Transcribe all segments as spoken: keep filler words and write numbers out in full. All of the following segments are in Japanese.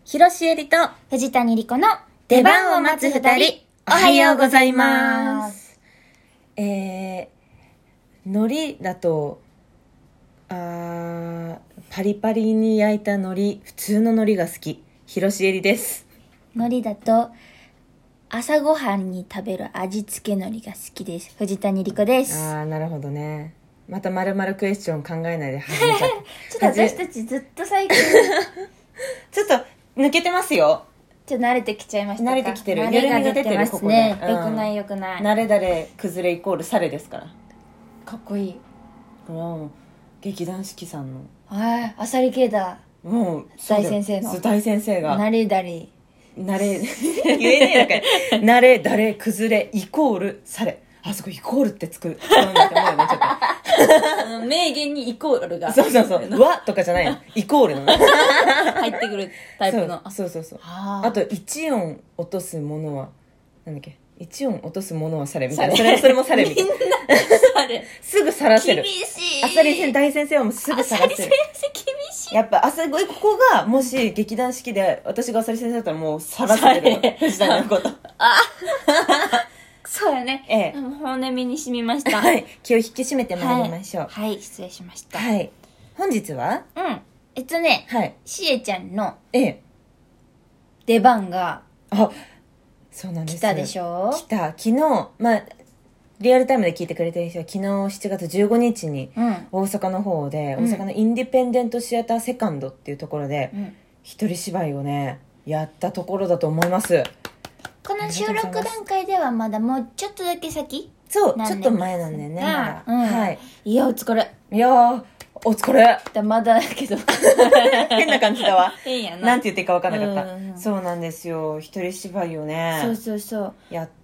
広瀬えりと藤谷莉子の出番を待つ二人、おはようございます。えー、海苔だと、あー、パリパリに焼いた海苔、普通の海苔が好き、広瀬えりです。 海苔だと、朝ごはんに食べる味付け海苔が好きです。藤谷莉子です。 あー、なるほどね。また丸々クエスチョン考えないで始めちゃった。 ちょっと私たちずっと最近ちょっと抜けてますよ。 ちょっと慣れてきちゃいましたか。 慣れてきてる。 慣れが出てますね。 ここで、うん、 よくないよくない。 慣れだれ崩れイコールされですから。 かっこいい。 これはもう劇団四季さんの。 はい、あさり系だ。 もう大先生の。 大先生が。 慣れだれ。 慣れ言えねえのかい。慣れだれ崩れイコールされ。あそこイコールってつく。そうなんて思うよねちょっと。 名言にイコールが。 そうそうそう。わとかじゃないの。イコールの。 入ってくるタイプの。 そうそうそうそう。あと一音落とすものはなんだっけ。一音落とすものはされみたいな。それそれもされみたいな。 され。 すぐさらせる。 厳しい。 あさり先大先生はもうすぐさらせる。 あさり先生厳しい。 やっぱあさりここがもし劇団四季で私があさり先生だったらもうさらせてる。藤谷のこと。あ。 そうやね。 ええ。 骨身に染みました。 はい。気を引き締めてまいりましょう。 はい、はい、失礼しました。 はい。本日はうん。えっとね、 はい。 しえちゃんのええ。 出番が、 あ、そうなんです。 来たでしょ？ 来た。昨日、まあ、リアルタイムで聞いてくれてる人は昨日しちがつじゅうごにちに大阪の方で、うん、大阪のインディペンデントシアターセカンドっていうところで、うん、一人芝居をね、やったところだと思います。 この収録段階ではまだもうちょっとだけ先？ そう、ちょっと前なんだよね、まだ。 うん、はい。いや、お疲れ。 いやー、お疲れ。 だまだだけど。 変な感じだわ。 変やな。 なんて言っていいか分かんなかった。うんうん、そうなんですよ。一人芝居をね。 そうそうそう。 やって。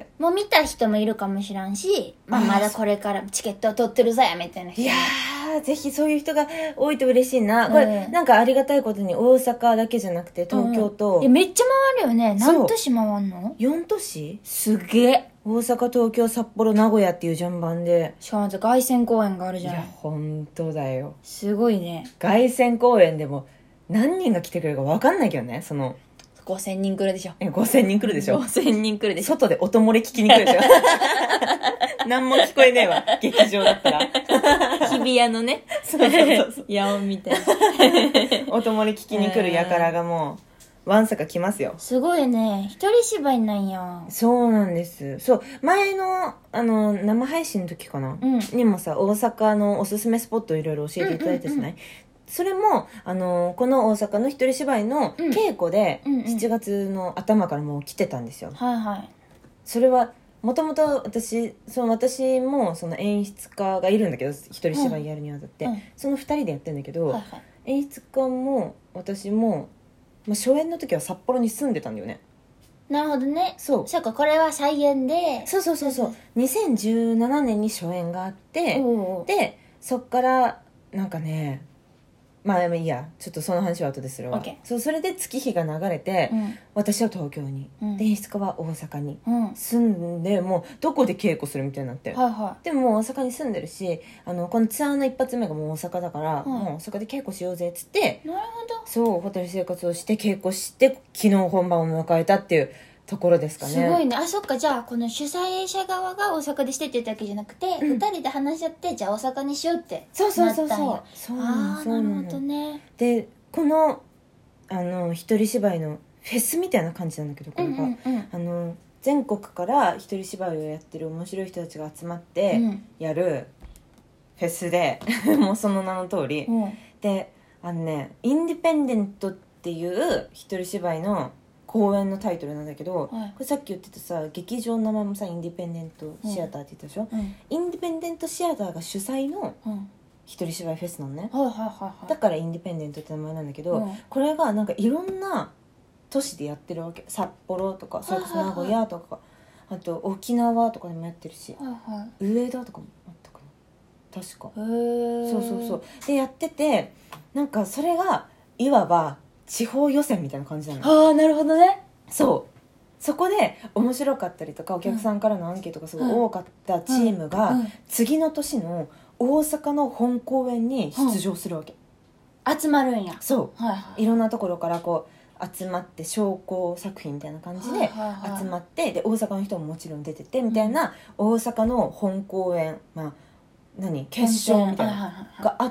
もう見た人もいるかもしらんし、まあまだこれからチケットを取ってるぞや、みたいな人も。 いやー、ぜひそういう人が多いと嬉しいな。これ、うん、なんかありがたいことに大阪だけじゃなくて東京と。 うん、え、めっちゃ回るよね。何都市回んの？ よん 都市？ すげえ。 大阪、東京、札幌、名古屋っていう順番で。 しかも凱旋公演があるじゃん。いや、 本当だよ。 すごいね。 凱旋公演でも何人が来てくれるか分かんないけどね、その。 ごせんにん来るでしょ。 え、ごせんにん来るでしょ。 ごせんにん来るでしょ。 外で音漏れ聞きに来るでしょ。何も聞こえねえわ、劇場だったら。 日比谷のね。 そうそうそうそう。 野音みたいな。 音漏れ聞きに来る輩がもう、わんさか来ますよ。 すごいね。一人芝居なんや。 そうなんです。そう。前の、あの、生配信の時かな、うん、にもさ、大阪のおすすめスポットをいろいろ教えていただいたじゃない、うんうんうん、それも、あの、この大阪の一人芝居の稽古で、しちがつの頭からもう来てたんですよ。 はいはい。 それは、もともと私、その私もその演出家がいるんだけど、一人芝居やるにあたって、うん、その二人でやってるんだけど、はいはい、演出家も私も、まあ、初演の時は札幌に住んでたんだよね。 なるほどね。 そう。 そうか、これは再演で。 そうそうそうそう。にせんじゅうななねんに初演があって、おうおうで、そっから、なんかね、まあでもいいや、ちょっとその話は後でするわ。そう、それで月日が流れて、うん、私は東京に、うん、で演出家は大阪に住んで、うん、もうどこで稽古するみたいになって、はいはい、でももう大阪に住んでるし、あのこのツアーの一発目がもう大阪だから、うん、もう大阪で稽古しようぜっつって、 なるほど。 そうホテル生活をして稽古して昨日本番を迎えたっていうところですかね。 すごいね。あ、そっか。じゃあこの主催者側が大阪でしてって言ったわけじゃなくて、うん、ふたりで話し合って、じゃあ大阪にしようってなったんや。そうそうそうそう。そうなの。あー、なるほどね。 でこのあの一人芝居のフェスみたいな感じなんだけど、これが、うんうんうん、あの全国から一人芝居をやってる面白い人たちが集まってやるフェスで、うん、もうその名の通り、うん、であのねインディペンデントっていう一人芝居の公演のタイトルなんだけど、はい、これさっき言ってたさ劇場の名前もさインディペンデントシアターって言ったでしょ、うん、インディペンデントシアターが主催の一人芝居フェスなのね、はいはいはいはい、だからインディペンデントって名前なんだけど、うん、これがなんかいろんな都市でやってるわけ。札幌とかそれこそ名古屋とか、はいはいはい、あと沖縄とかでもやってるし、はいはい、上田とかもあったかな確か。へー。そうそうそうでやってて、なんかそれがいわば地方予選みたいな感じなの。 ああ、なるほどね。 そうそこで面白かったりとかお客さんからのアンケートがすごい多かったチームが次の年の大阪の本公演に出場するわけ、 うん、集まるんや。 そう、はいはい、いろんなところからこう集まって商工作品みたいな感じで集まって、で大阪の人ももちろん出ててみたいな、大阪の本公演、まあ、何決勝みたいなのがあって、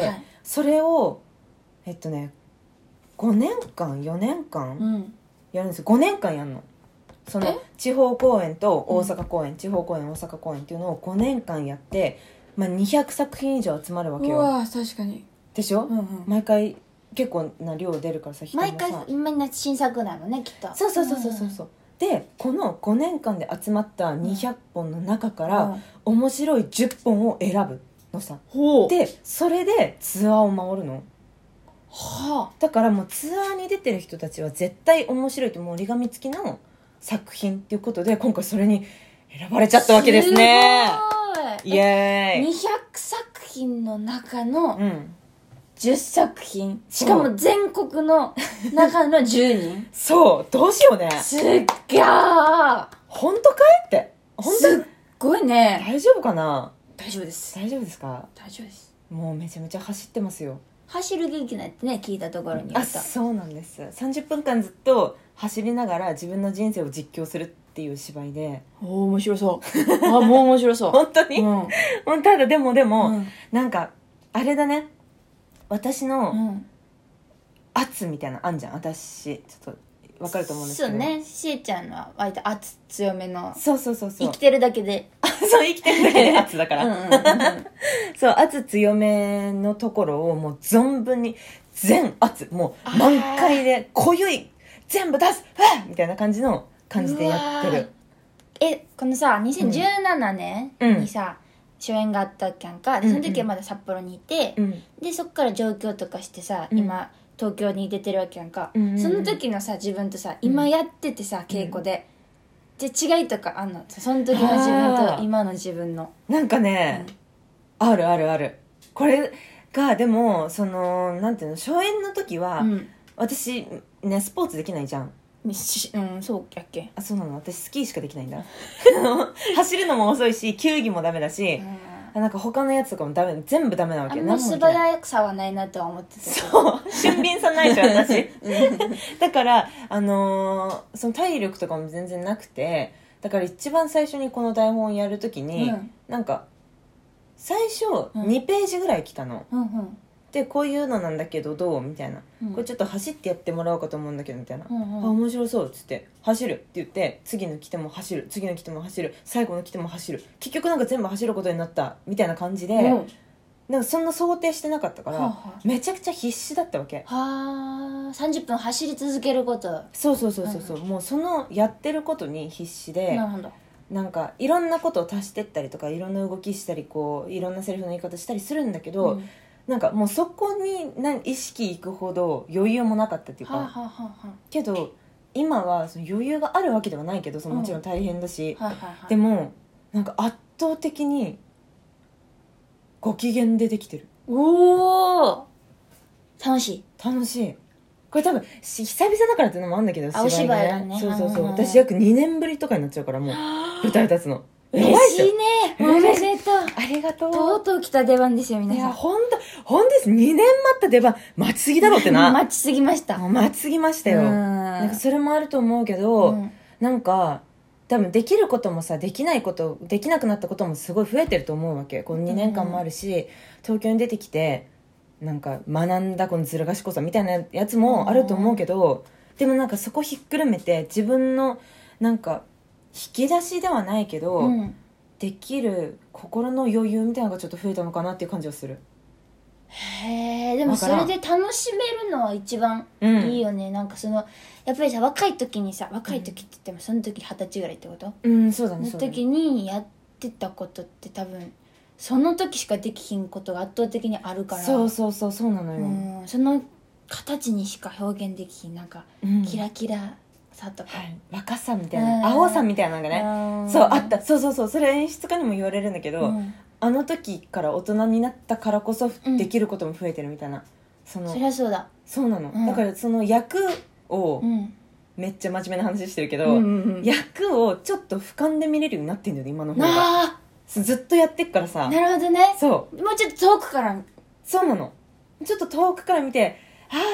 それをえっとねごねんかんよねんかんやるんですよ。ごねんかんやるの。その地方公演と大阪公演、地方公演大阪公演っていうのをごねんかんやって、まあ、にひゃくさくひん以上集まるわけよ。 うわ確かにでしょ、 うんうん、 毎回結構な量出るからさ、 人もさ毎回みんな新作なのねきっと。 そうそうそうそうそうそう、うんうん、でこのごねんかんで集まったにひゃっぽんの中から、うん、面白いじゅっぽんを選ぶのさ、うん、でそれでツアーを回るの。はあ、だからもうツアーに出てる人たちは絶対面白いってもう折り紙付きの作品っていうことで今回それに選ばれちゃったわけですね。すごいイエーイ。 にひゃくさくひんの中のじゅっさくひん、うん、しかも全国の中のじゅうにんそうどうしようね。 すっげー本当かいって本当すっごいね。 大丈夫かな。 大丈夫です。 大丈夫ですか。 大丈夫です。 もうめちゃめちゃ走ってますよ。 走る元気なんてね聞いたところにあった。そうなんです。さんじゅっぷんかんずっと走りながら自分の人生を実況するっていう芝居で。 お面白そうあもう面白そう本当に、うん、ただでもでも、うん、なんかあれだね、私の圧みたいなあんじゃん。私ちょっと分かると思うんですけど。 そうね、しえちゃんは割と圧強めの。 そうそうそうそう、 生きてるだけでそう生きてるだけで圧だからうんうん、うん、そう圧強めのところをもう存分に全圧もう満開で濃ゆい全部出すみたいな感じの感じでやってる。 えこのさにせんじゅうななねんにさ、うん、初演があったっけんかでその時はまだ札幌にいて、うんうん、でそっから上京とかしてさ、うん、今東京に出てるわけやんか、うんうんうん、その時のさ自分とさ今やっててさ、うん、稽古でじゃ違いとかあんの？その時の自分と今の自分のなんかね、うん、あるあるある。これがでもそのなんていうの初演の時は、うん、私ねスポーツできないじゃん。 うんそうやっけ。 あそうなの。私スキーしかできないんだ走るのも遅いし球技もダメだし、うん、なんか他のやつとかもダメ全部ダメなわけ。 あんま素早さはないなとは思ってた。 そう俊敏さないじゃん私だからあのー、その体力とかも全然なくて、だから一番最初にこの台本やるときに、うん、なんか最初にページぐらい来たの、うんうん、でこういうのなんだけどどうみたいな、うん、これちょっと走ってやってもらおうかと思うんだけどみたいな、うんうん、あ面白そうっつって走るって言って次の来ても走る次の来ても走る最後の来ても走る結局なんか全部走ることになったみたいな感じで、うん、なんかそんな想定してなかったから、はあはあ、めちゃくちゃ必死だったわけ。 はあさんじゅっぷん走り続けること。 そうそうそうそうそう、うん、もうそのやってることに必死で。 なるほど。 なんかいろんなことを足してったりとかいろんな動きしたりこういろんなセリフの言い方したりするんだけど、うん、なんかもうそこにな意識いくほど余裕もなかったっていうか、はあはあはあ、けど今はその余裕があるわけではないけどそのもちろん大変だし、うんはあはあ、でもなんか圧倒的にご機嫌でできてる。 おお楽しい楽しい。これ多分久々だからっていうのもあるんだけど、 お芝居がね。 そうそうそう、うんうん、私約にねんぶりとかになっちゃうからもう舞台立つの嬉しいね。おめでとう。 ありがとう。 とうとう来た出番ですよ皆さん。いやほんとほんです。にねん待った出番待ちすぎだろってな待ちすぎました。 待ちすぎましたよ。なんかそれもあると思うけど、うん、なんか多分できることもさできないことできなくなったこともすごい増えてると思うわけ。このにねんかんもあるし、うん、東京に出てきてなんか学んだこのずる賢さみたいなやつもあると思うけど、でもなんかそこひっくるめて自分のなんか引き出しではないけど、うん、できる心の余裕みたいなのがちょっと増えたのかなっていう感じはする。 へえ。でもそれで楽しめるのは一番いいよね、うん、なんかそのやっぱりさ若い時にさ若い時って言ってもその時二十歳ぐらいってこと？ うんそうだね。 その時にやってたことって多分その時しかできひんことが圧倒的にあるから。 そうそうそうそうなのよ。 うん、その形にしか表現できひんなんか、うん、キラキラさとか、はい、 若さみたいな青さみたいなのがねそうあった。そうそうそうそれ演出家にも言われるんだけど、うん、あの時から大人になったからこそできることも増えてるみたいな、うん、 そのそりゃそうだ。 そうなの、うん、だからその役を、うん、めっちゃ真面目な話してるけど、うんうんうん、役をちょっと俯瞰で見れるようになってんだよね今の方が。ずっとやってっからさ。 なるほどね。 そうもうちょっと遠くから。 そうなの。ちょっと遠くから見てあ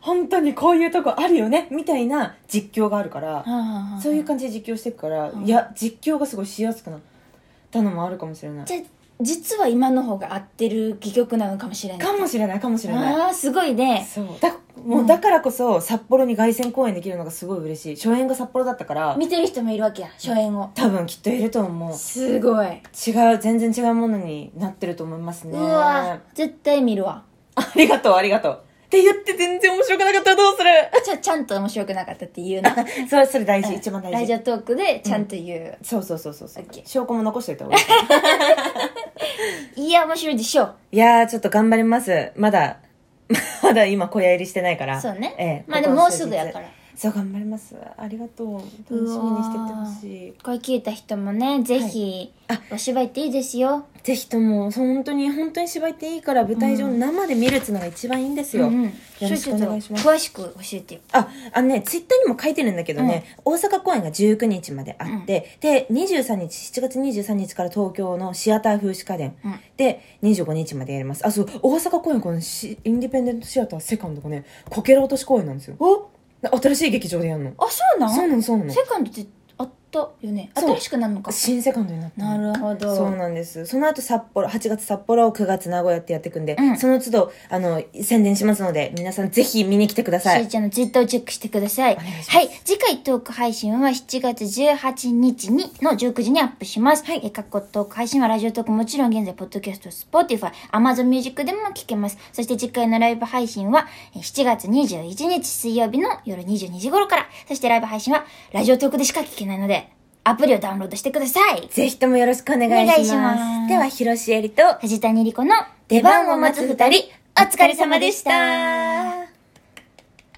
本当にこういうとこあるよねみたいな実況があるから、 はあはあ、 そういう感じで実況していくから、 はあ、 いや実況がすごいしやすくなったのもあるかもしれない。 じゃあ実は今の方が合ってる戯曲なのかもしれないかもしれないかもしれない。 ああすごいね。 そうだもうだからこそ札幌に凱旋公演できるのがすごい嬉しい。初演が札幌だったから見てる人もいるわけや、初演を。 多分きっといると思う。 すごい違う全然違うものになってると思いますね。 うわ絶対見るわ。 ありがとうありがとうって言って全然面白くなかったらどうするちゃちゃんと面白くなかったって言うのそれそれ大事、一番大事。 ラジオトークでちゃんと言う、うん、 そうそうそうそうそう、 OK、 証拠も残しといた方がいいいや面白いでしょう。 いやーちょっと頑張ります。まだまだ今小屋入りしてないから。 そうね、 ええ、 まあでももうすぐやから。 そう頑張ります。ありがとう。楽しみにしてってほしい。 これ聞いた人もねぜひ、はい、お芝居っていいですよ。 ぜひとも本当に本当に芝居っていいから舞台上生で見るっていうのが一番いいんですよ、うんうん、よろしくお願いします。 詳しく教えてよ。 ああのねツイッターにも書いてるんだけどね、うん、大阪公演がじゅうくにちまであって、うん、でにじゅうさんにちしちがつにじゅうさんにちから東京のシアター風刺家電、うん、でにじゅうごにちまでやります。あそう大阪公演このシインディペンデントシアターセカンドがねこけら落とし公演なんですよ。 お新しい劇場でやるの。 あそうなんそうなのそうなの。 セカンドってあったよね。新しくなるのか。 新セカンドになった。 なるほど。 そうなんです。その後札幌はちがつ札幌くがつ名古屋ってやっていくんで、うん、その都度あの宣伝しますので皆さんぜひ見に来てください。 しーちゃんのツイッターをチェックしてください。お願いします。はい、次回トーク配信はしちがつじゅうはちにちにのじゅうくじにアップします。はい、え過去トーク配信はラジオトークもちろん現在ポッドキャスト、スポーティファイ、アマゾンミュージックでも聞けます。そして次回のライブ配信はしちがつにじゅういちにち水曜日の夜にじゅうにじ頃から。そしてライブ配信はラジオトークでしか聞けないのでアプリをダウンロードしてください。 ぜひともよろしくお願いします。お願いします。では広瀬えりと藤谷莉子の出番を待つ二人お疲れ様でした。